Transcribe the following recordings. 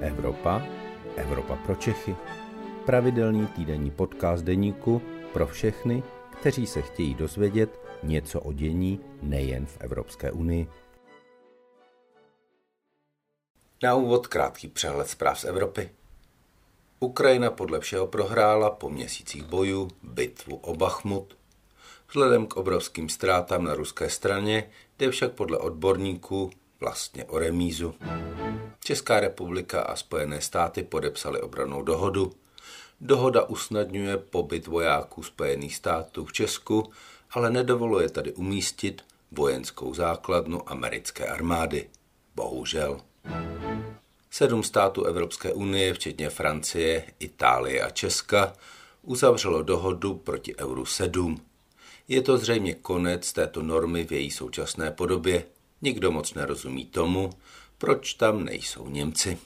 Evropa, Evropa pro Čechy. Pravidelný týdenní podcast deníku pro všechny, kteří se chtějí dozvědět něco o dění nejen v Evropské unii. Na úvod krátký přehled zpráv z Evropy. Ukrajina podle všeho prohrála po měsících bojů bitvu o Bachmut. Vzhledem k obrovským ztrátám na ruské straně jde však podle odborníků vlastně o remízu. Česká republika a Spojené státy podepsaly obrannou dohodu. Dohoda usnadňuje pobyt vojáků Spojených států v Česku, ale nedovoluje tady umístit vojenskou základnu americké armády. Bohužel. 7 států Evropské unie, včetně Francie, Itálie a Česka, uzavřelo dohodu proti Euru 7. Je to zřejmě konec této normy v její současné podobě. Nikdo moc nerozumí tomu, proč tam nejsou Němci.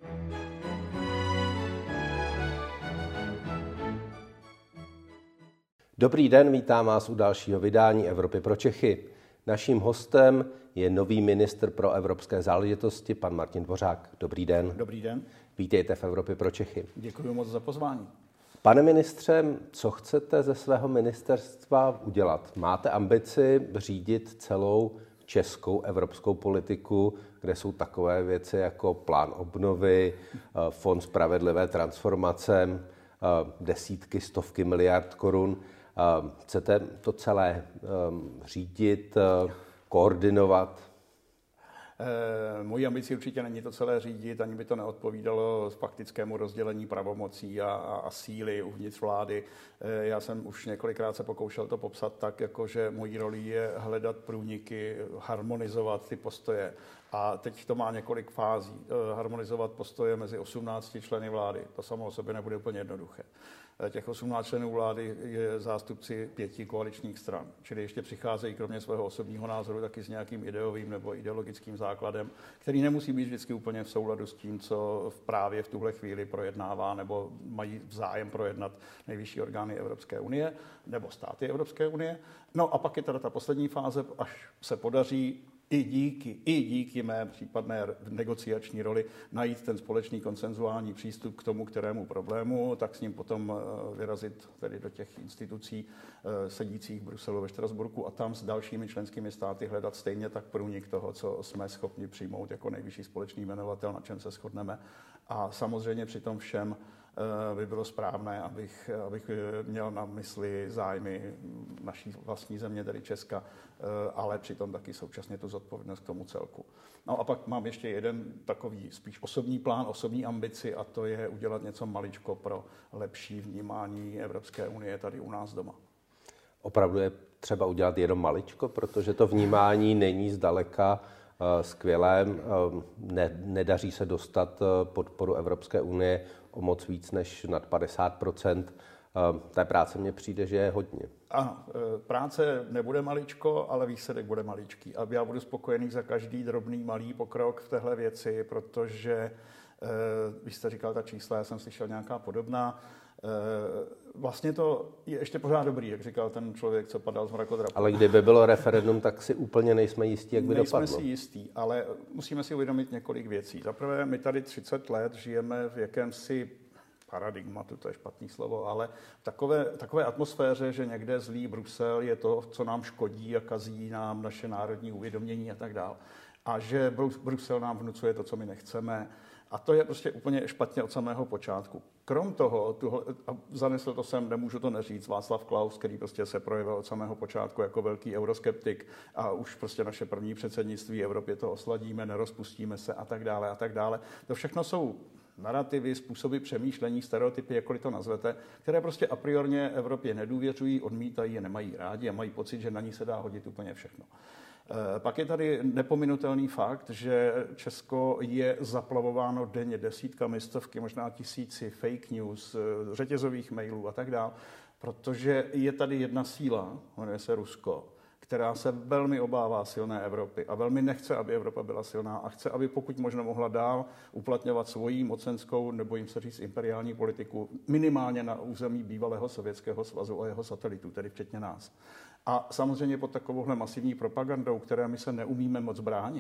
Dobrý den, vítám vás u dalšího vydání Evropy pro Čechy. Naším hostem je nový ministr pro evropské záležitosti, pan Martin Dvořák. Dobrý den. Dobrý den. Vítejte v Evropě pro Čechy. Děkuji moc za pozvání. Pane ministře, co chcete ze svého ministerstva udělat? Máte ambici řídit celou českou evropskou politiku, kde jsou takové věci jako plán obnovy, fond spravedlivé transformace, desítky, stovky miliard korun. Chcete to celé řídit, koordinovat? Mojí ambicí určitě není to celé řídit, ani by to neodpovídalo faktickému rozdělení pravomocí a síly uvnitř vlády. Já jsem už několikrát se pokoušel to popsat tak, jako že mojí rolí je hledat průniky, harmonizovat ty postoje. A teď to má několik fází. Harmonizovat postoje mezi 18 členy vlády. To samo o sobě nebude úplně jednoduché. Těch 18 členů vlády je zástupci 5 koaličních stran, čili ještě přicházejí kromě svého osobního názoru taky s nějakým ideovým nebo ideologickým základem, který nemusí být vždycky úplně v souladu s tím, co právě v tuhle chvíli projednává nebo mají zájem projednat nejvyšší orgány Evropské unie nebo státy Evropské unie. No a pak je teda ta poslední fáze, až se podaří i díky mé případné negociační roli najít ten společný konsenzuální přístup k tomu, kterému problému, tak s ním potom vyrazit tedy do těch institucí sedících v Bruselu, ve Štrasburku a tam s dalšími členskými státy hledat stejně tak průnik toho, co jsme schopni přijmout jako nejvyšší společný jmenovatel, na čem se shodneme. A samozřejmě při tom všem by bylo správné, abych měl na mysli zájmy naší vlastní země, tedy Česka, ale přitom taky současně tu zodpovědnost k tomu celku. No a pak mám ještě jeden takový spíš osobní plán, osobní ambici a to je udělat něco maličko pro lepší vnímání Evropské unie tady u nás doma. Opravdu je třeba udělat jenom maličko, protože to vnímání není zdaleka skvělé. Nedaří se dostat podporu Evropské unie o moc víc než nad 50%. Té práce mně přijde, že je hodně. Ano, práce nebude maličko, ale výsledek bude maličký. A já budu spokojený za každý drobný malý pokrok v téhle věci, protože vy jste říkal ta čísla, já jsem slyšel nějaká podobná. Vlastně to je ještě pořád dobrý, jak říkal ten člověk, co padal z mrakodrapu. Ale kdyby bylo referendum, tak si úplně nejsme jistí, jak by dopadlo. Nejsme si jistí, ale musíme si uvědomit několik věcí. Za prvé, my tady 30 let žijeme v jakémsi paradigmatu, to je špatný slovo, ale v takové atmosféře, že někde zlý Brusel je to, co nám škodí a kazí nám naše národní uvědomění a tak dále. A že Brusel nám vnucuje to, co my nechceme. A to je prostě úplně špatně od samého počátku. Krom toho, a zanesl to sem, nemůžu to neříct, Václav Klaus, který prostě se projevil od samého počátku jako velký euroskeptik a už prostě naše první předsednictví Evropě to osladíme, nerozpustíme se a tak dále a tak dále. To všechno jsou narrativy, způsoby přemýšlení, stereotypy, jakkoliv to nazvete, které prostě a priorně Evropě nedůvěřují, odmítají a nemají rádi a mají pocit, že na ní se dá hodit úplně všechno. Pak je tady nepominutelný fakt, že Česko je zaplavováno denně desítkami, stovky, možná tisíci fake news, řetězových mailů a tak dále, protože je tady jedna síla, jmenuje se Rusko, která se velmi obává silné Evropy a velmi nechce, aby Evropa byla silná a chce, aby pokud možno mohla dál uplatňovat svoji mocenskou, nebo jim se říct imperiální politiku, minimálně na území bývalého Sovětského svazu a jeho satelitů, tedy včetně nás. A samozřejmě pod takovouhle masivní propagandou, které my se neumíme moc bránit,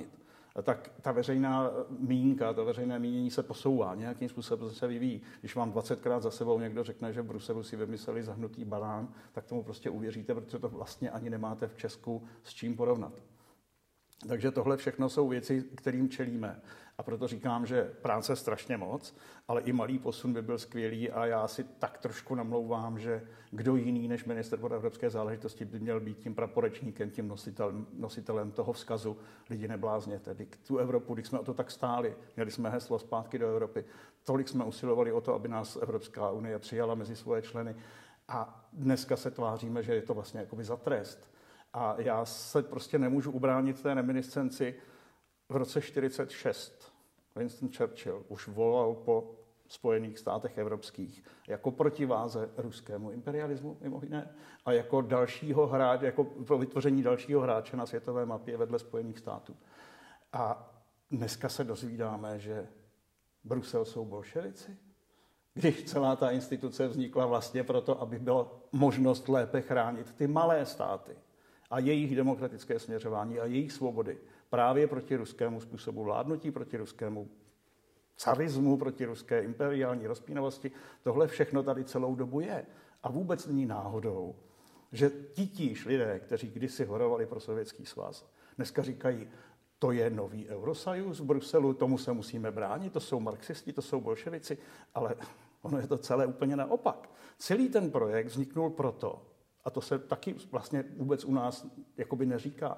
tak ta veřejná mínka, to veřejné mínění se posouvá, nějakým způsobem se vyvíjí. Když vám 20krát za sebou někdo řekne, že v Bruselu si vymysleli zahnutý banán, tak tomu prostě uvěříte, protože to vlastně ani nemáte v Česku s čím porovnat. Takže tohle všechno jsou věci, kterým čelíme. A proto říkám, že práce je strašně moc, ale i malý posun by byl skvělý a já si tak trošku namlouvám, že kdo jiný než ministr pro evropské záležitosti by měl být tím praporečníkem, tím nositelem toho vzkazu lidi neblázněte. Tu Evropu, když jsme o to tak stáli, měli jsme heslo zpátky do Evropy, tolik jsme usilovali o to, aby nás Evropská unie přijala mezi svoje členy a dneska se tváříme, že je to vlastně jakoby za trest. A já se prostě nemůžu ubránit té reminiscenci. V roce 1946 Winston Churchill už volal po Spojených státech evropských jako protiváze ruskému imperialismu, mimo jiné, a jako dalšího hráče, jako pro vytvoření dalšího hráče na světové mapě vedle Spojených států. A dneska se dozvídáme, že Brusel jsou bolševici, když celá ta instituce vznikla vlastně proto, aby byla možnost lépe chránit ty malé státy a jejich demokratické směřování a jejich svobody právě proti ruskému způsobu vládnutí, proti ruskému carismu, proti ruské imperiální rozpínavosti. Tohle všechno tady celou dobu je. A vůbec není náhodou, že titíž lidé, kteří kdysi horovali pro Sovětský svaz, dneska říkají, to je nový Eurosajus v Bruselu, tomu se musíme bránit, to jsou marxisti, to jsou bolševici, ale ono je to celé úplně naopak. Celý ten projekt vzniknul proto, a to se taky vlastně vůbec u nás jakoby neříká,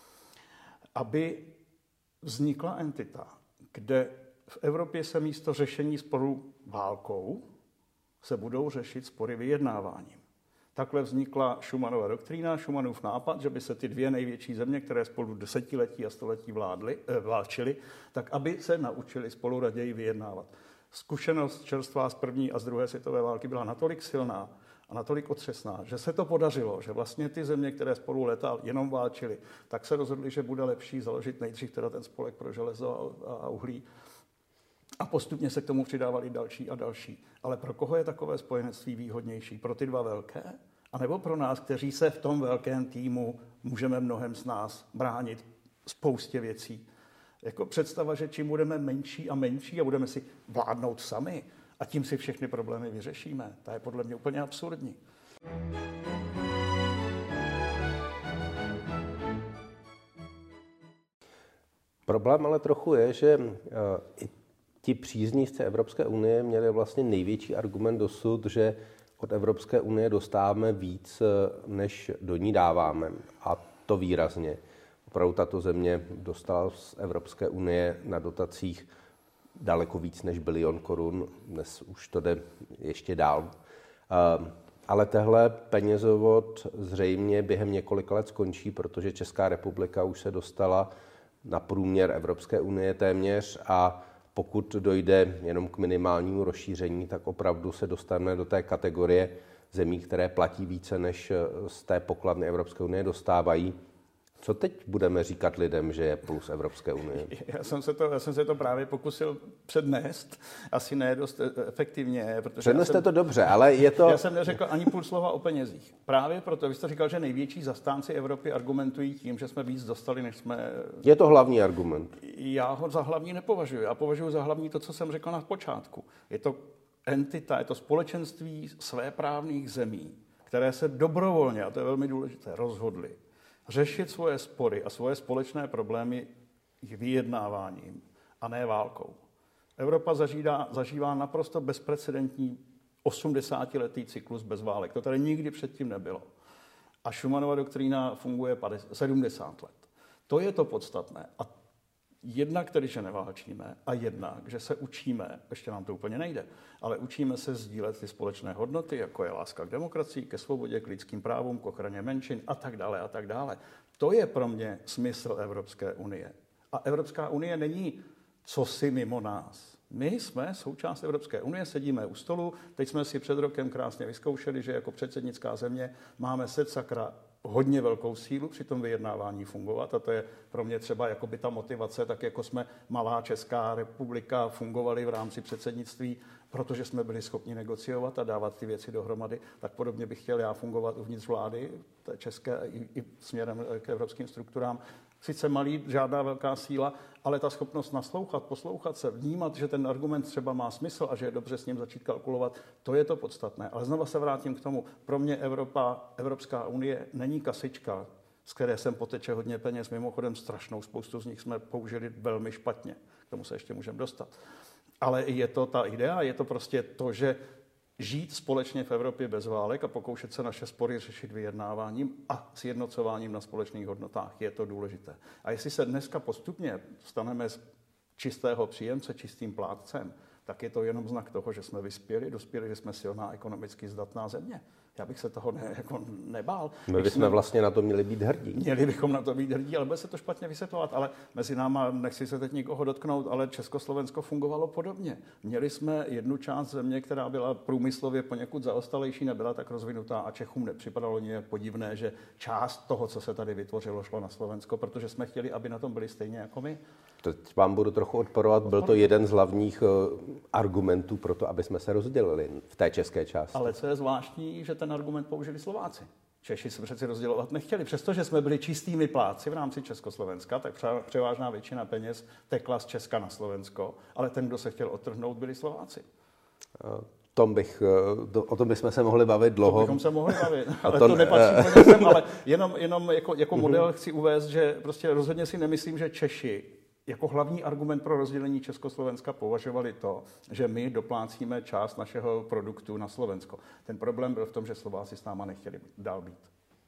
aby vznikla entita, kde v Evropě se místo řešení sporů válkou se budou řešit spory vyjednáváním. Takhle vznikla Schumanova doktrína, Schumannův nápad, že by se ty dvě největší země, které spolu desetiletí a století válčily, tak aby se naučili spolu raději vyjednávat. Zkušenost čerstvá z první a z druhé světové války byla natolik silná a natolik otřesná, že se to podařilo, že vlastně ty země, které spolu léta jenom válčily, tak se rozhodli, že bude lepší založit nejdřív teda ten spolek pro železo a uhlí. A postupně se k tomu přidávali další a další. Ale pro koho je takové spojenectví výhodnější? Pro ty dva velké? A nebo pro nás, kteří se v tom velkém týmu můžeme mnohem z nás bránit spoustě věcí? Jako představa, že čím budeme menší a menší a budeme si vládnout sami a tím si všechny problémy vyřešíme, to je podle mě úplně absurdní. Problém ale trochu je, že i ti příznivci Evropské unie měli vlastně největší argument dosud, že od Evropské unie dostáváme víc, než do ní dáváme. A to výrazně. Opravdu tato země dostala z Evropské unie na dotacích daleko víc než 1 bilion korun. Dnes už to jde ještě dál. Ale tehle penězovod zřejmě během několika let skončí, protože Česká republika už se dostala na průměr Evropské unie téměř a pokud dojde jenom k minimálnímu rozšíření, tak opravdu se dostaneme do té kategorie zemí, které platí více, než z té pokladny Evropské unie dostávají. Co teď budeme říkat lidem, že je plus Evropské unie? Já jsem se to právě pokusil přednést, asi ne dost efektivně. Předneste to dobře, ale je to... Já jsem neřekl ani půl slova o penězích. Právě proto, vy jste říkal, že největší zastánci Evropy argumentují tím, že jsme víc dostali, než jsme... Je to hlavní argument. Já ho za hlavní nepovažuji. Já považuji za hlavní to, co jsem řekl na počátku. Je to entita, je to společenství svéprávných zemí, které se dobrovolně, a to je velmi důležité, rozhodly řešit svoje spory a svoje společné problémy vyjednáváním a ne válkou. Evropa zažívá naprosto bezprecedentní 80letý cyklus bez válek. To tady nikdy předtím nebylo. A Schumannova doktrína funguje 70 let. To je to podstatné. A jednak tedy, že neválčíme a jednak, že se učíme, ještě nám to úplně nejde, ale učíme se sdílet ty společné hodnoty, jako je láska k demokracii, ke svobodě, k lidským právům, k ochraně menšin a tak dále a tak dále. To je pro mě smysl Evropské unie. A Evropská unie není cosi mimo nás. My jsme součást Evropské unie, sedíme u stolu, teď jsme si před rokem krásně vyzkoušeli, že jako předsednická země máme sakra hodně velkou sílu při tom vyjednávání fungovat a to je pro mě třeba jakoby ta motivace, tak jako jsme malá Česká republika fungovali v rámci předsednictví protože jsme byli schopni negociovat a dávat ty věci dohromady, tak podobně bych chtěl já fungovat uvnitř vlády, té české i směrem k evropským strukturám. Sice malý, žádná velká síla, ale ta schopnost naslouchat, poslouchat se, vnímat, že ten argument třeba má smysl a že je dobře s ním začít kalkulovat, to je to podstatné. Ale znova se vrátím k tomu. Pro mě Evropská unie není kasička, z které sem poteče hodně peněz. Mimochodem strašnou spoustu z nich jsme použili velmi špatně. K tomu se ještě můžeme dostat. Ale je to ta idea, je to prostě to, že žít společně v Evropě bez válek a pokoušet se naše spory řešit vyjednáváním a sjednocováním na společných hodnotách. Je to důležité. A jestli se dneska postupně staneme z čistého příjemce čistým plátcem, tak je to jenom znak toho, že jsme dospěli, že jsme silná ekonomicky zdatná země. Já bych se toho nebál. My bychom vlastně na to měli být hrdí. Měli bychom na to být hrdí, ale bude se to špatně vysvětlovat. Ale mezi náma, nechci se teď nikoho dotknout, ale Československo fungovalo podobně. Měli jsme jednu část země, která byla průmyslově poněkud zaostalejší, nebyla tak rozvinutá a Čechům nepřipadalo nějak podivné, že část toho, co se tady vytvořilo, šlo na Slovensko, protože jsme chtěli, aby na tom byli stejně jako my. Teď vám budu trochu odporovat. Byl to jeden z hlavních argumentů pro to, aby jsme se rozdělili v té české části. Ale co je zvláštní, že ten argument použili Slováci. Češi se přeci rozdělovat nechtěli. Přestože jsme byli čistými plátci v rámci Československa, tak převážná většina peněz tekla z Česka na Slovensko, ale ten, kdo se chtěl odtrhnout, byli Slováci. O tom bychom se mohli bavit dlouho. To bychom se mohli bavit, ale to nepatří úplně sem, ale jenom jako model chci uvést, že prostě rozhodně si nemyslím, že Češi jako hlavní argument pro rozdělení Československa považovali to, že my doplácíme část našeho produktu na Slovensko. Ten problém byl v tom, že Slováci s náma nechtěli dál být.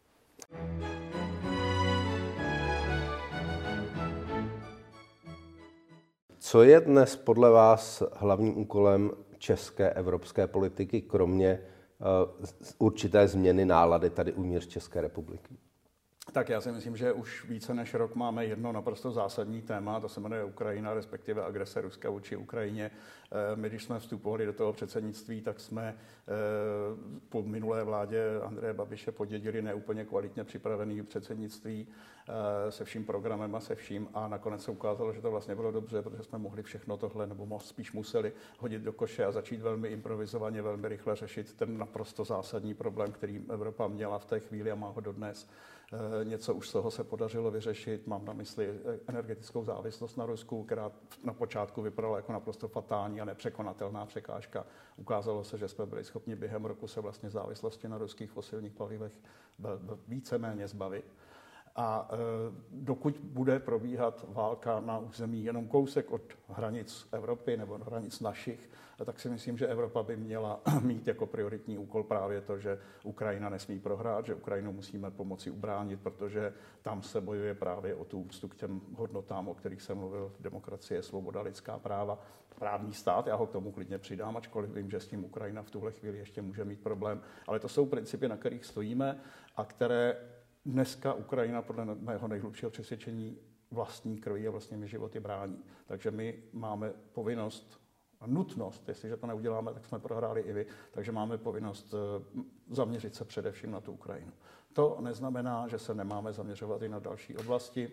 Co je dnes podle vás hlavním úkolem české evropské politiky, kromě určité změny nálady tady uvnitř České republiky? Tak já si myslím, že už více než rok máme jedno naprosto zásadní téma, to se jmenuje Ukrajina, respektive agrese Ruska vůči Ukrajině. My, když jsme vstupovali do toho předsednictví, tak jsme po minulé vládě Andreje Babiše podědili neúplně kvalitně připravené předsednictví se vším programem a se vším a nakonec se ukázalo, že to vlastně bylo dobře, protože jsme mohli všechno tohle, nebo spíš museli hodit do koše a začít velmi improvizovaně, velmi rychle řešit ten naprosto zásadní problém, který Evropa měla v té chvíli a má ho dodnes. Něco už z toho se podařilo vyřešit. Mám na mysli energetickou závislost na Rusku, která na počátku vypadala jako naprosto fatální a nepřekonatelná překážka. Ukázalo se, že jsme byli schopni během roku se vlastně závislosti na ruských fosilních palivech víceméně zbavit. A dokud bude probíhat válka na území jenom kousek od hranic Evropy nebo hranic našich, tak si myslím, že Evropa by měla mít jako prioritní úkol právě to, že Ukrajina nesmí prohrát, že Ukrajinu musíme pomoci ubránit, protože tam se bojuje právě o tu úctu k těm hodnotám, o kterých jsem mluvil, demokracie, svoboda, lidská práva, právní stát. Já ho k tomu klidně přidám, ačkoliv vím, že s tím Ukrajina v tuhle chvíli ještě může mít problém. Ale to jsou principy, na kterých stojíme a které dneska Ukrajina podle mého nejhlubšího přesvědčení vlastní krví a vlastními životy brání. Takže my máme povinnost a nutnost, jestliže to neuděláme, tak jsme prohráli i vy, takže máme povinnost zaměřit se především na tu Ukrajinu. To neznamená, že se nemáme zaměřovat i na další oblasti.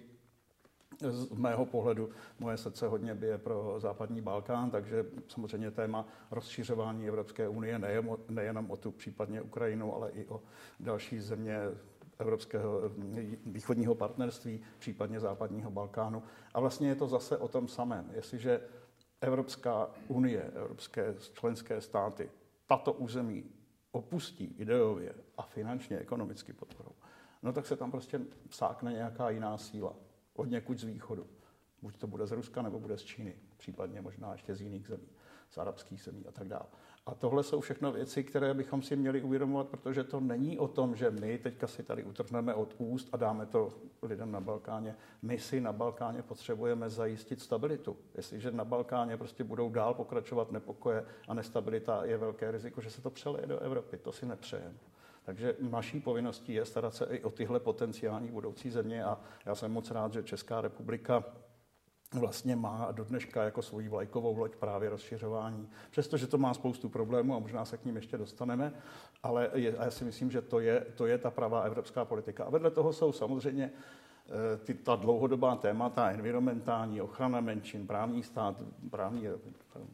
Z mého pohledu moje srdce hodně bije pro západní Balkán, takže samozřejmě téma rozšiřování Evropské unie nejenom o tu případně Ukrajinu, ale i o další země evropského východního partnerství, případně západního Balkánu. A vlastně je to zase o tom samém. Jestliže Evropská unie, evropské členské státy, tato území opustí ideově a finančně, ekonomicky podporou, no tak se tam prostě vsákne nějaká jiná síla, od někud z východu. Buď to bude z Ruska, nebo bude z Číny, případně možná ještě z jiných zemí, z arabských zemí a tak dále. A tohle jsou všechno věci, které bychom si měli uvědomovat, protože to není o tom, že my teďka si tady utrhneme od úst a dáme to lidem na Balkáně. My si na Balkáně potřebujeme zajistit stabilitu. Jestliže na Balkáně prostě budou dál pokračovat nepokoje a nestabilita, je velké riziko, že se to přeleje do Evropy. To si nepřejeme. Takže naší povinností je starat se i o tyhle potenciální budoucí země a já jsem moc rád, že Česká republika vlastně má do dneška jako svoji vlajkovou loď právě rozšiřování. Přestože to má spoustu problémů a možná se k ním ještě dostaneme, ale já si myslím, že to je ta pravá evropská politika. A vedle toho jsou samozřejmě ta dlouhodobá témata, environmentální, ochrana menšin, právní stát,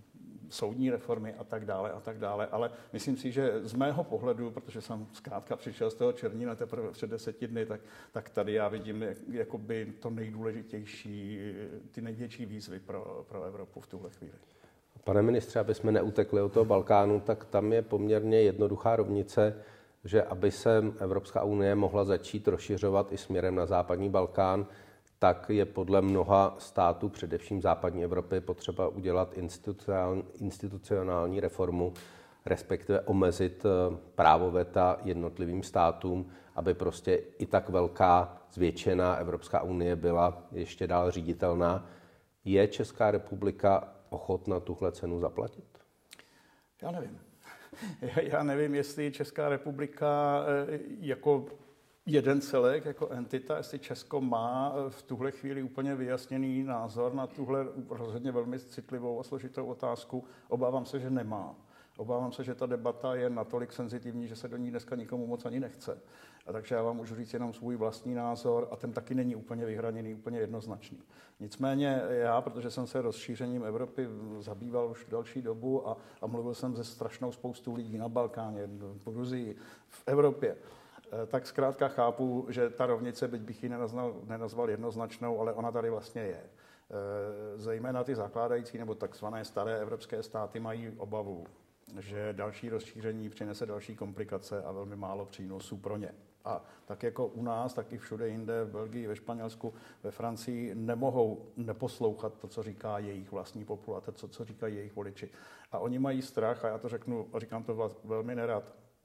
soudní reformy a tak dále, ale myslím si, že z mého pohledu, protože jsem zkrátka přišel z toho Černína teprve před 10 dny, tak tady já vidím jakoby to nejdůležitější, ty největší výzvy pro Evropu v tuhle chvíli. Pane ministře, aby jsme neutekli od toho Balkánu, tak tam je poměrně jednoduchá rovnice, že aby se Evropská unie mohla začít rozšiřovat i směrem na západní Balkán, tak je podle mnoha států, především západní Evropy, potřeba udělat institucionální reformu, respektive omezit právo veta jednotlivým státům, aby prostě i tak velká zvětšená Evropská unie byla ještě dál říditelná. Je Česká republika ochotna tuhle cenu zaplatit? Já nevím. Já nevím, jestli Česká republika jako jeden celek, jako entita, jestli Česko má v tuhle chvíli úplně vyjasněný názor na tuhle rozhodně velmi citlivou a složitou otázku. Obávám se, že nemá. Obávám se, že ta debata je natolik senzitivní, že se do ní dneska nikomu moc ani nechce. A takže já vám můžu říct jenom svůj vlastní názor a ten taky není úplně vyhraněný, úplně jednoznačný. Nicméně já, protože jsem se rozšířením Evropy zabýval už další dobu a mluvil jsem se strašnou spoustou lidí na Balkáně, v Gruzii, v Evropě, tak zkrátka chápu, že ta rovnice, byť bych ji nenazval jednoznačnou, ale ona tady vlastně je. Zejména ty zakládající nebo takzvané staré evropské státy mají obavu, že další rozšíření přinese další komplikace a velmi málo přínosů pro ně. A tak jako u nás, tak i všude jinde, v Belgii, ve Španělsku, ve Francii, nemohou neposlouchat to, co říká jejich vlastní populace, co říkají jejich voliči. A oni mají strach, a já to řeknu, a říkám to velmi nerad.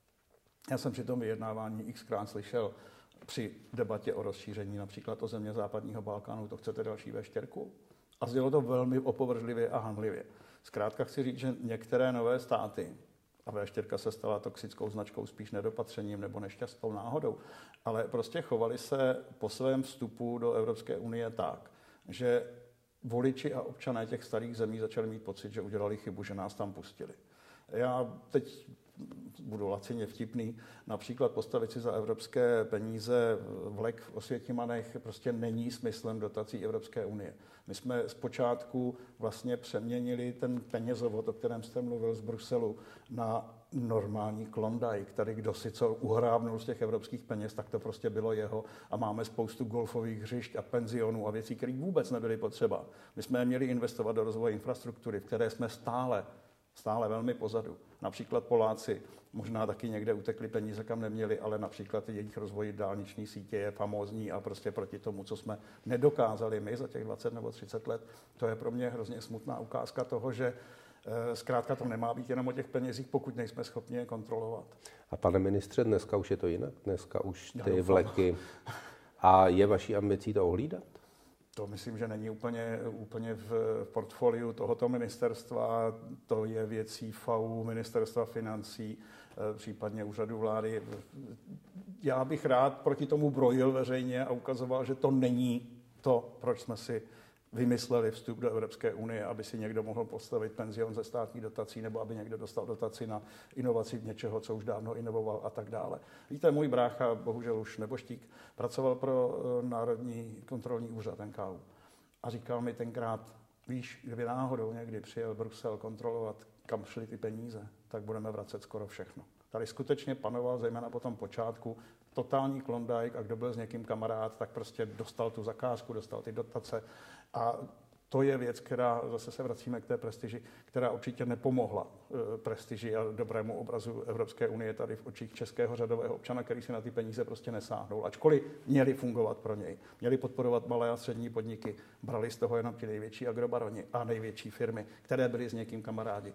Já jsem při tom vyjednávání xkrát slyšel při debatě o rozšíření, například o země západního Balkánu, to chcete další V4? A znělo to velmi opovržlivě a hanlivě. Zkrátka chci říct, že některé nové státy, a V4 se stala toxickou značkou spíš nedopatřením nebo nešťastnou náhodou, ale prostě chovali se po svém vstupu do Evropské unie tak, že voliči a občané těch starých zemí začali mít pocit, že udělali chybu, že nás tam pustili. Já teď budu lacině vtipný, například postavit si za evropské peníze vlek v Osvětimanech prostě není smyslem dotací Evropské unie. My jsme zpočátku vlastně přeměnili ten penězovod, o kterém jste mluvil z Bruselu, na normální Klondike. Tady kdo si co uhrábnul z těch evropských peněz, tak to prostě bylo jeho a máme spoustu golfových hřišť a penzionů a věcí, které vůbec nebyly potřeba. My jsme měli investovat do rozvoje infrastruktury, v které jsme stále velmi pozadu. Například Poláci možná taky někde utekli peníze, kam neměli, ale například jejich rozvoj dálniční sítě je famózní a prostě proti tomu, co jsme nedokázali my za těch 20 nebo 30 let, to je pro mě hrozně smutná ukázka toho, že zkrátka to nemá být jenom o těch penězích, pokud nejsme schopni je kontrolovat. A pane ministře, dneska už je to jinak? Dneska už ty vleky. A je vaší ambicí to ohlídat? To myslím, že není úplně v portfoliu tohoto ministerstva. To je věcí FAU, ministerstva financí, případně úřadu vlády. Já bych rád proti tomu brojil veřejně a ukazoval, že to není to, proč jsme si vymysleli vstup do Evropské unie, aby si někdo mohl postavit penzion ze státních dotací nebo aby někdo dostal dotaci na inovaci něčeho, co už dávno inovoval a tak dále. Víte, můj brácha, bohužel už neboštík, pracoval pro Národní kontrolní úřad NKÚ a říkal mi tenkrát, víš, kdyby náhodou někdy přijel Brusel kontrolovat, kam šly ty peníze, tak budeme vracet skoro všechno. Tady skutečně panoval, zejména po tom počátku, totální Klondike a kdo byl s někým kamarád, tak prostě dostal tu zakázku, dostal ty dotace. A to je věc, která, zase se vracíme k té prestiži, která určitě nepomohla prestiži a dobrému obrazu Evropské unie tady v očích českého řadového občana, který si na ty peníze prostě nesáhnul. Ačkoliv měli fungovat pro něj, měli podporovat malé a střední podniky, brali z toho jenom ti největší agrobaroni a největší firmy, které byly s někým kamarádi.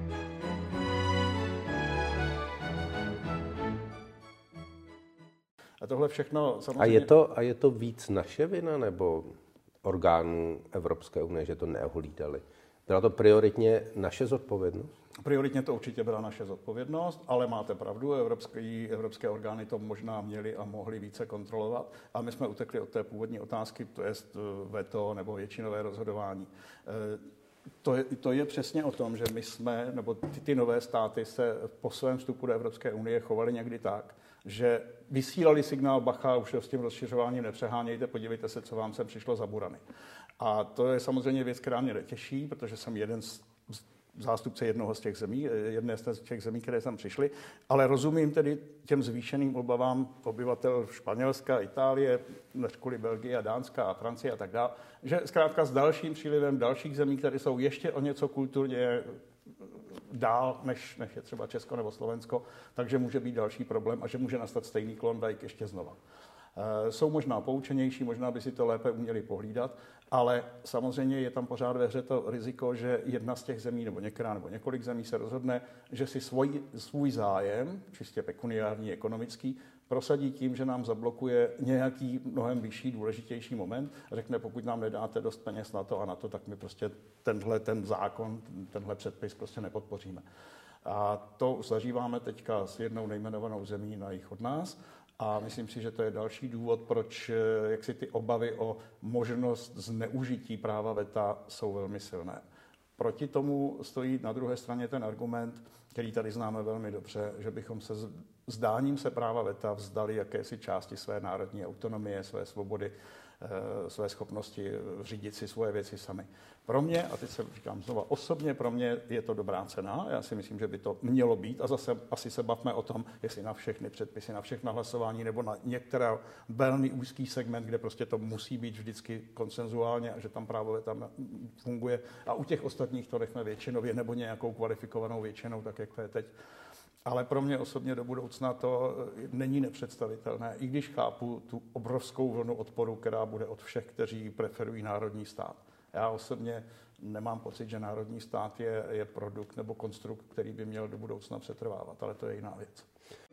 A tohle všechno samozřejmě... A je to víc naše vina, nebo orgánů Evropské unie, že to neohlídali? Byla to prioritně naše zodpovědnost? Prioritně to určitě byla naše zodpovědnost, ale máte pravdu, evropské orgány to možná měly a mohly více kontrolovat. A my jsme utekli od té původní otázky, to je veto nebo většinové rozhodování. To je přesně o tom, že my jsme, nebo ty nové státy se po svém vstupu do Evropské unie chovaly někdy tak, že vysílali signál bacha, už s tím rozšiřováním nepřehánějte, podívejte se, co vám sem přišlo za burany. A to je samozřejmě věc, která mě netěší, protože jsem jeden z zástupce jednoho z těch zemí, jedné z těch zemí, které tam přišly, ale rozumím tedy těm zvýšeným obavám obyvatel Španělska, Itálie, kvůli Belgie a Dánska a Francie a tak dále, že zkrátka s dalším přílivem dalších zemí, které jsou ještě o něco kulturně dál, než je třeba Česko nebo Slovensko, takže může být další problém a že může nastat stejný Klondike ještě znova. Jsou možná poučenější, možná by si to lépe uměli pohlídat, ale samozřejmě je tam pořád ve hře to riziko, že jedna z těch zemí nebo některá nebo několik zemí se rozhodne, že si svůj zájem, čistě pekuniární, ekonomický, prosadí tím, že nám zablokuje nějaký mnohem vyšší, důležitější moment a řekne, pokud nám nedáte dost peněz na to a na to, tak my prostě ten zákon, tenhle předpis prostě nepodpoříme. A to zažíváme teďka s jednou nejmenovanou zemí na jih od nás. A myslím si, že to je další důvod, proč jaksi ty obavy o možnost zneužití práva veta jsou velmi silné. Proti tomu stojí na druhé straně ten argument, který tady známe velmi dobře, že bychom se vzdáním se práva veta vzdali jakési části své národní autonomie, své svobody, své schopnosti řídit si svoje věci sami. Pro mě, a teď se říkám znova osobně, pro mě je to dobrá cena. Já si myslím, že by to mělo být a zase asi se bavme o tom, jestli na všechny předpisy, na všechna hlasování nebo na některá velmi úzký segment, kde prostě to musí být vždycky konsenzuálně a že tam právo tam funguje a u těch ostatních to nechme většinově nebo nějakou kvalifikovanou většinou, tak jak to je teď. Ale pro mě osobně do budoucna to není nepředstavitelné, i když chápu tu obrovskou vlnu odporu, která bude od všech, kteří preferují národní stát. Já osobně nemám pocit, že národní stát je produkt nebo konstrukt, který by měl do budoucna přetrvávat, ale to je jiná věc.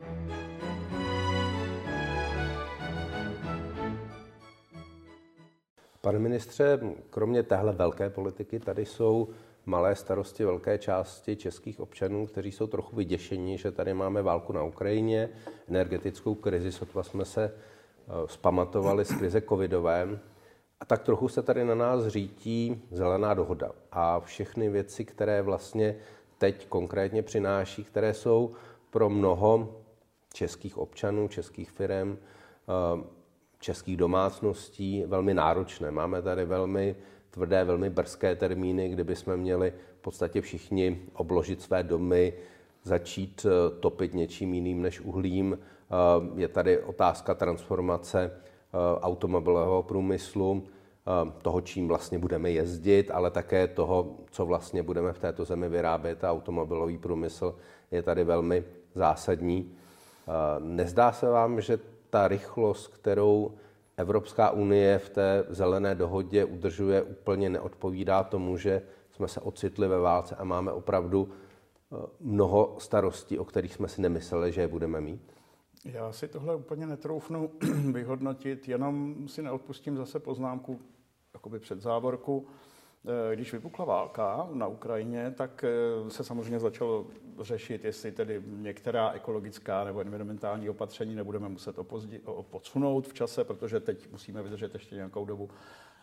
Pane ministře, kromě téhle velké politiky, tady jsou malé starosti velké části českých občanů, kteří jsou trochu vyděšení, že tady máme válku na Ukrajině, energetickou krizi, sotva jsme se vzpamatovali z krize covidové. A tak trochu se tady na nás řítí zelená dohoda a všechny věci, které vlastně teď konkrétně přináší, které jsou pro mnoho českých občanů, českých firem, českých domácností velmi náročné. Máme tady velmi tvrdé, velmi brzké termíny, kdyby jsme měli v podstatě všichni obložit své domy, začít topit něčím jiným než uhlím. Je tady otázka transformace automobilového průmyslu, toho, čím vlastně budeme jezdit, ale také toho, co vlastně budeme v této zemi vyrábět. A automobilový průmysl je tady velmi zásadní. Nezdá se vám, že ta rychlost, kterou Evropská unie v té zelené dohodě udržuje, úplně neodpovídá tomu, že jsme se ocitli ve válce a máme opravdu mnoho starostí, o kterých jsme si nemysleli, že je budeme mít? Já si tohle úplně netroufnu vyhodnotit, jenom si neodpustím zase poznámku jakoby před závorku. Když vypukla válka na Ukrajině, tak se samozřejmě začalo řešit, jestli tedy některá ekologická nebo environmentální opatření nebudeme muset podsunout v čase, protože teď musíme vydržet ještě nějakou dobu.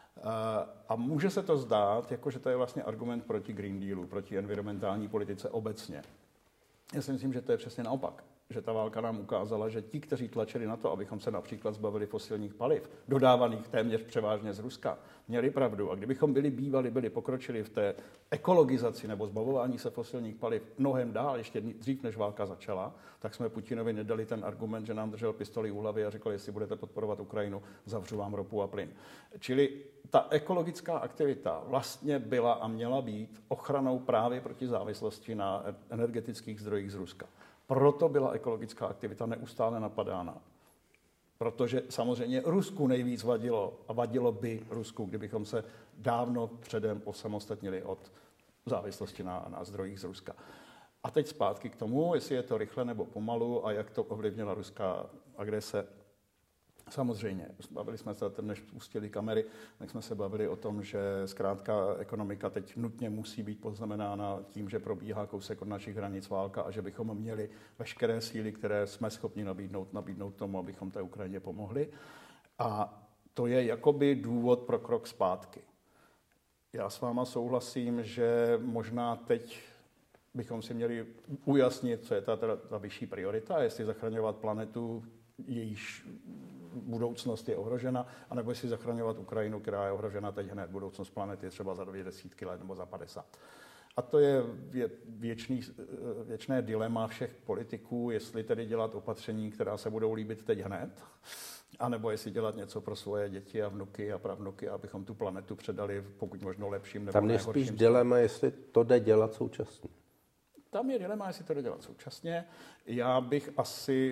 A může se to zdát, jako že to je vlastně argument proti Green Dealu, proti environmentální politice obecně. Já si myslím, že to je přesně naopak. Že ta válka nám ukázala, že ti, kteří tlačili na to, abychom se například zbavili fosilních paliv, dodávaných téměř převážně z Ruska, měli pravdu. A kdybychom byli pokročili v té ekologizaci nebo zbavování se fosilních paliv mnohem dál, ještě dřív, než válka začala, tak jsme Putinovi nedali ten argument, že nám držel pistoli u hlavy a řekl, jestli budete podporovat Ukrajinu, zavřu vám ropu a plyn. Čili ta ekologická aktivita vlastně byla a měla být ochranou právě proti závislosti na energetických zdrojích z Ruska. Proto byla ekologická aktivita neustále napadána. Protože samozřejmě Rusku nejvíc vadilo a vadilo by Rusku, kdybychom se dávno předem osamostatnili od závislosti na zdrojích z Ruska. A teď zpátky k tomu, jestli je to rychle nebo pomalu a jak to ovlivnila ruská agrese. Samozřejmě, bavili jsme se, než pustili kamery, tak jsme se bavili o tom, že zkrátka ekonomika teď nutně musí být poznamenána tím, že probíhá kousek od našich hranic válka a že bychom měli veškeré síly, které jsme schopni nabídnout tomu, abychom té Ukrajině pomohli. A to je jakoby důvod pro krok zpátky. Já s váma souhlasím, že možná teď bychom si měli ujasnit, co je ta vyšší priorita, jestli zachraňovat planetu, jejíž budoucnost je ohrožena, anebo jestli zachraňovat Ukrajinu, která je ohrožena teď hned. Budoucnost planety je třeba za 20 let nebo za 50. A to je věčné dilema všech politiků, jestli tedy dělat opatření, která se budou líbit teď hned, anebo jestli dělat něco pro svoje děti a vnuky a pravnuky, abychom tu planetu předali pokud možno lepším nebo tam je spíš dilema, jestli to jde dělat současně. Tam je dilema, jestli to jde dělat současně. Já bych asi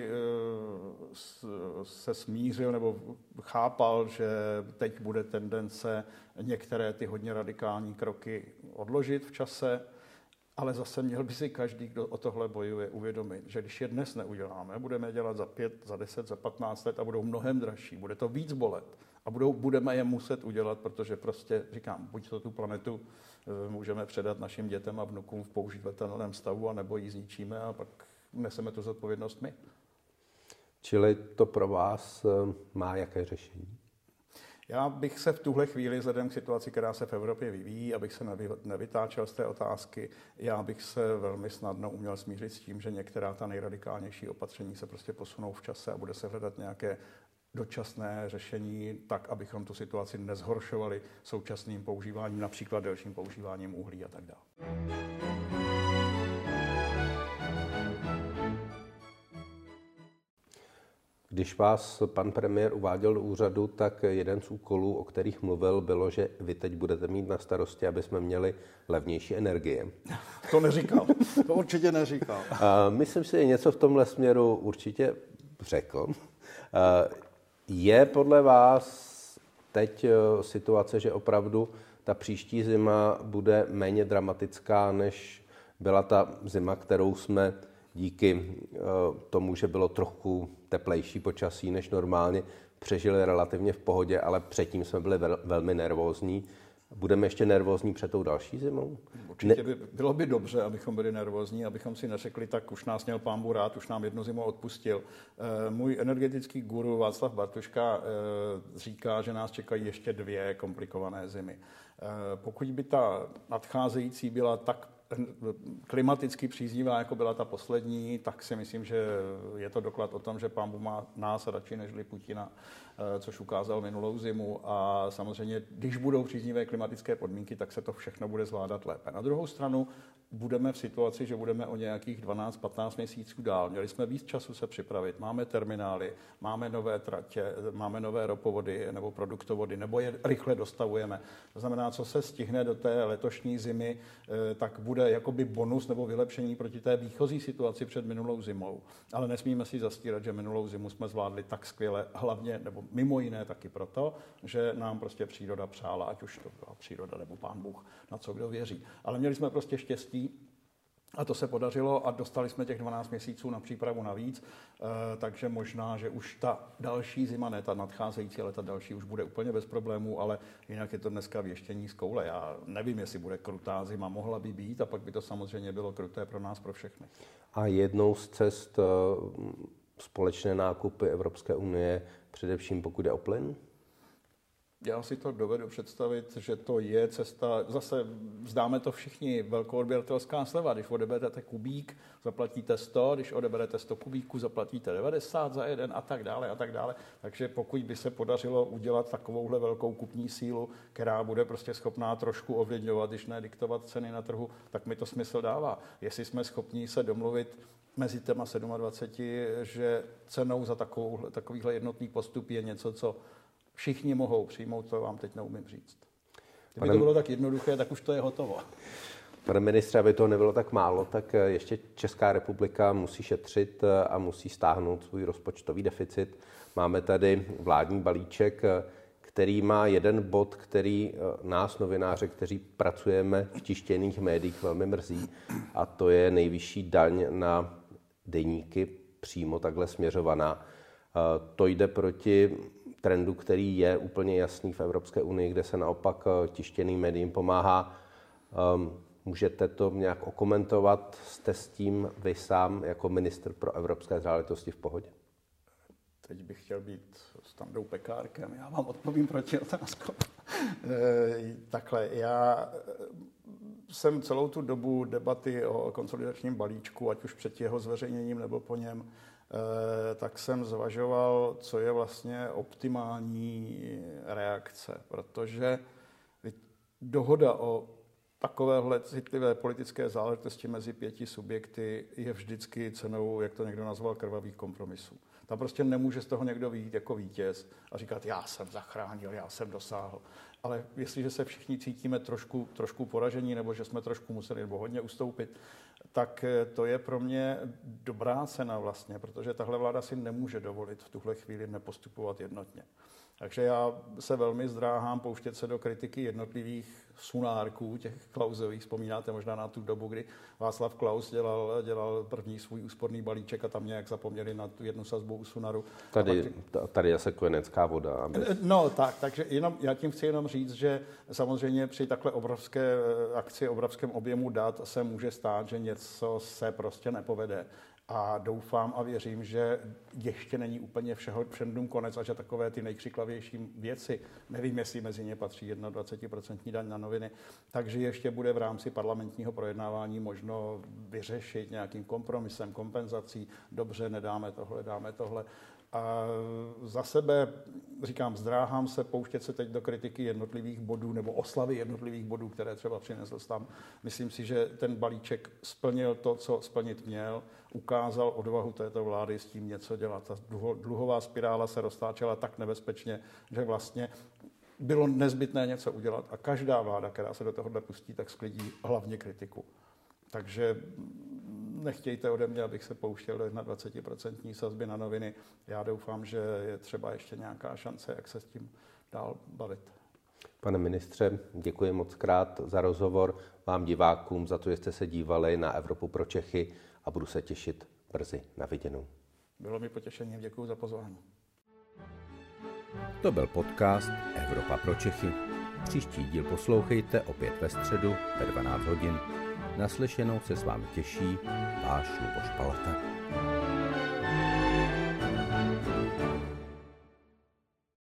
se smířil nebo chápal, že teď bude tendence některé ty hodně radikální kroky odložit v čase, ale zase měl by si každý, kdo o tohle bojuje, uvědomit, že když je dnes neuděláme, budeme dělat za 5, za 10, za 15 let a budou mnohem dražší, bude to víc bolet a budeme je muset udělat, protože prostě, říkám, buď to tu planetu můžeme předat našim dětem a vnukům v použitelném stavu, anebo ji zničíme a pak neseme tu zodpovědnost my. Čili to pro vás má jaké řešení? Já bych se v tuhle chvíli, vzhledem k situaci, která se v Evropě vyvíjí, abych se nevytáčel z té otázky, já bych se velmi snadno uměl smířit s tím, že některá ta nejradikálnější opatření se prostě posunou v čase a bude se hledat nějaké dočasné řešení tak, abychom tu situaci nezhoršovali současným používáním, například delším používáním uhlí a tak dále. Když vás pan premiér uváděl do úřadu, tak jeden z úkolů, o kterých mluvil, bylo, že vy teď budete mít na starosti, aby jsme měli levnější energie. To neříkal, to určitě neříkal. Myslím si, že něco v tomhle směru určitě řekl. Je podle vás teď situace, že opravdu ta příští zima bude méně dramatická, než byla ta zima, kterou jsme díky tomu, že bylo trochu teplejší počasí než normálně, přežili relativně v pohodě, ale předtím jsme byli velmi nervózní. Budeme ještě nervózní před tou další zimou? Určitě bylo by dobře, abychom byli nervózní, abychom si neřekli, tak už nás měl pán Bůh rád, už nám jednu zimu odpustil. Můj energetický guru Václav Bartuška říká, že nás čekají ještě 2 komplikované zimy. Pokud by ta nadcházející byla tak klimaticky příznivá, jako byla ta poslední, tak si myslím, že je to doklad o tom, že pán Bůh má nás radši nežli Putina, což ukázal minulou zimu. A samozřejmě, když budou příznivé klimatické podmínky, tak se to všechno bude zvládat lépe. Na druhou stranu budeme v situaci, že budeme o nějakých 12-15 měsíců dál. Měli jsme víc času se připravit. Máme terminály, máme nové tratě, máme nové ropovody nebo produktovody, nebo je rychle dostavujeme. To znamená, co se stihne do té letošní zimy, tak bude jakoby bonus nebo vylepšení proti té výchozí situaci před minulou zimou. Ale nesmíme si zastírat, že minulou zimu jsme zvládli tak skvěle, hlavně nebo mimo jiné taky proto, že nám prostě příroda přála, ať už to byla příroda nebo pán Bůh, na co kdo věří. Ale měli jsme prostě štěstí a to se podařilo a dostali jsme těch 12 měsíců na přípravu navíc, takže možná, že už ta další zima, ne ta nadcházející, ale ta další už bude úplně bez problémů, ale jinak je to dneska věštění z koule. Já nevím, jestli bude krutá zima, mohla by být a pak by to samozřejmě bylo kruté pro nás, pro všechny. A jednou z cest společné nákupy Evropské unie, především pokud jde o plyn? Já si to dovedu představit, že to je cesta, zase vzdáme to všichni, velkoodběratelská sleva, když odeberete kubík, zaplatíte 100, když odeberete 100 kubíků, zaplatíte 90 za jeden a tak dále a tak dále. Takže pokud by se podařilo udělat takovouhle velkou kupní sílu, která bude prostě schopná trošku ovlivňovat, když ne diktovat ceny na trhu, tak mi to smysl dává. Jestli jsme schopni se domluvit mezi těma 27, že cenou za takovýhle jednotný postup je něco, co všichni mohou přijmout, to vám teď neumím říct. Kdyby to bylo tak jednoduché, tak už to je hotovo. Pane ministře, aby to nebylo tak málo, tak ještě Česká republika musí šetřit a musí stáhnout svůj rozpočtový deficit. Máme tady vládní balíček, který má jeden bod, který nás, novináře, kteří pracujeme v tištěných médiích, velmi mrzí, a to je nejvyšší daň na deníky, přímo takhle směřovaná. To jde proti trendu, který je úplně jasný v Evropské unii, kde se naopak tištěným médiím pomáhá. Můžete to nějak okomentovat? Jste s tím vy sám jako ministr pro evropské záležitosti v pohodě? Teď bych chtěl být Standou Pekárkem. Já vám odpovím proti otázku. Takhle, já jsem celou tu dobu debaty o konsolidačním balíčku, ať už před jeho zveřejněním nebo po něm, tak jsem zvažoval, co je vlastně optimální reakce, protože dohoda o takovéhle citlivé politické záležitosti mezi 5 subjekty je vždycky cenou, jak to někdo nazval, krvavých kompromisů. Tam prostě nemůže z toho někdo vyjít jako vítěz a říkat, já jsem zachránil, já jsem dosáhl. Ale jestliže se všichni cítíme trošku poražení, nebo že jsme trošku museli nebo hodně ustoupit, tak to je pro mě dobrá cena vlastně, protože tahle vláda si nemůže dovolit v tuhle chvíli nepostupovat jednotně. Takže já se velmi zdráhám pouštět se do kritiky jednotlivých sunárků, těch Klausových. Vzpomínáte možná na tu dobu, kdy Václav Klaus dělal první svůj úsporný balíček a tam nějak zapomněli na tu jednu sazbu u Sunaru. Tady je se kojenecká voda. No takže já tím chci jenom říct, že samozřejmě při takhle obrovské akci, obrovském objemu dat se může stát, že něco se prostě nepovede. A doufám a věřím, že ještě není úplně všem konec a že takové ty nejkřiklavější věci, nevím, jestli mezi ně patří 21% daň na noviny, takže ještě bude v rámci parlamentního projednávání možno vyřešit nějakým kompromisem, kompenzací. Dobře, nedáme tohle, dáme tohle. A za sebe říkám, zdráhám se pouštět se teď do kritiky jednotlivých bodů nebo oslavy jednotlivých bodů, které třeba přinesl tam. Myslím si, že ten balíček splnil to, co splnit měl, ukázal odvahu této vlády s tím něco dělat. Ta dluhová spirála se roztáčela tak nebezpečně, že vlastně bylo nezbytné něco udělat a každá vláda, která se do tohohle pustí, tak sklidí hlavně kritiku. Takže nechtějte ode mě, abych se pouštěl do 21% sazby na noviny. Já doufám, že je třeba ještě nějaká šance, jak se s tím dál bavit. Pane ministře, děkuji moc krát za rozhovor, vám divákům za to, že jste se dívali na Evropu pro Čechy a budu se těšit brzy. Na viděnou. Bylo mi potěšením, děkuji za pozvání. To byl podcast Evropa pro Čechy. Příští díl poslouchejte opět ve středu ve 12 hodin. Naslyšenou se s vámi těší váš Luboš Palata.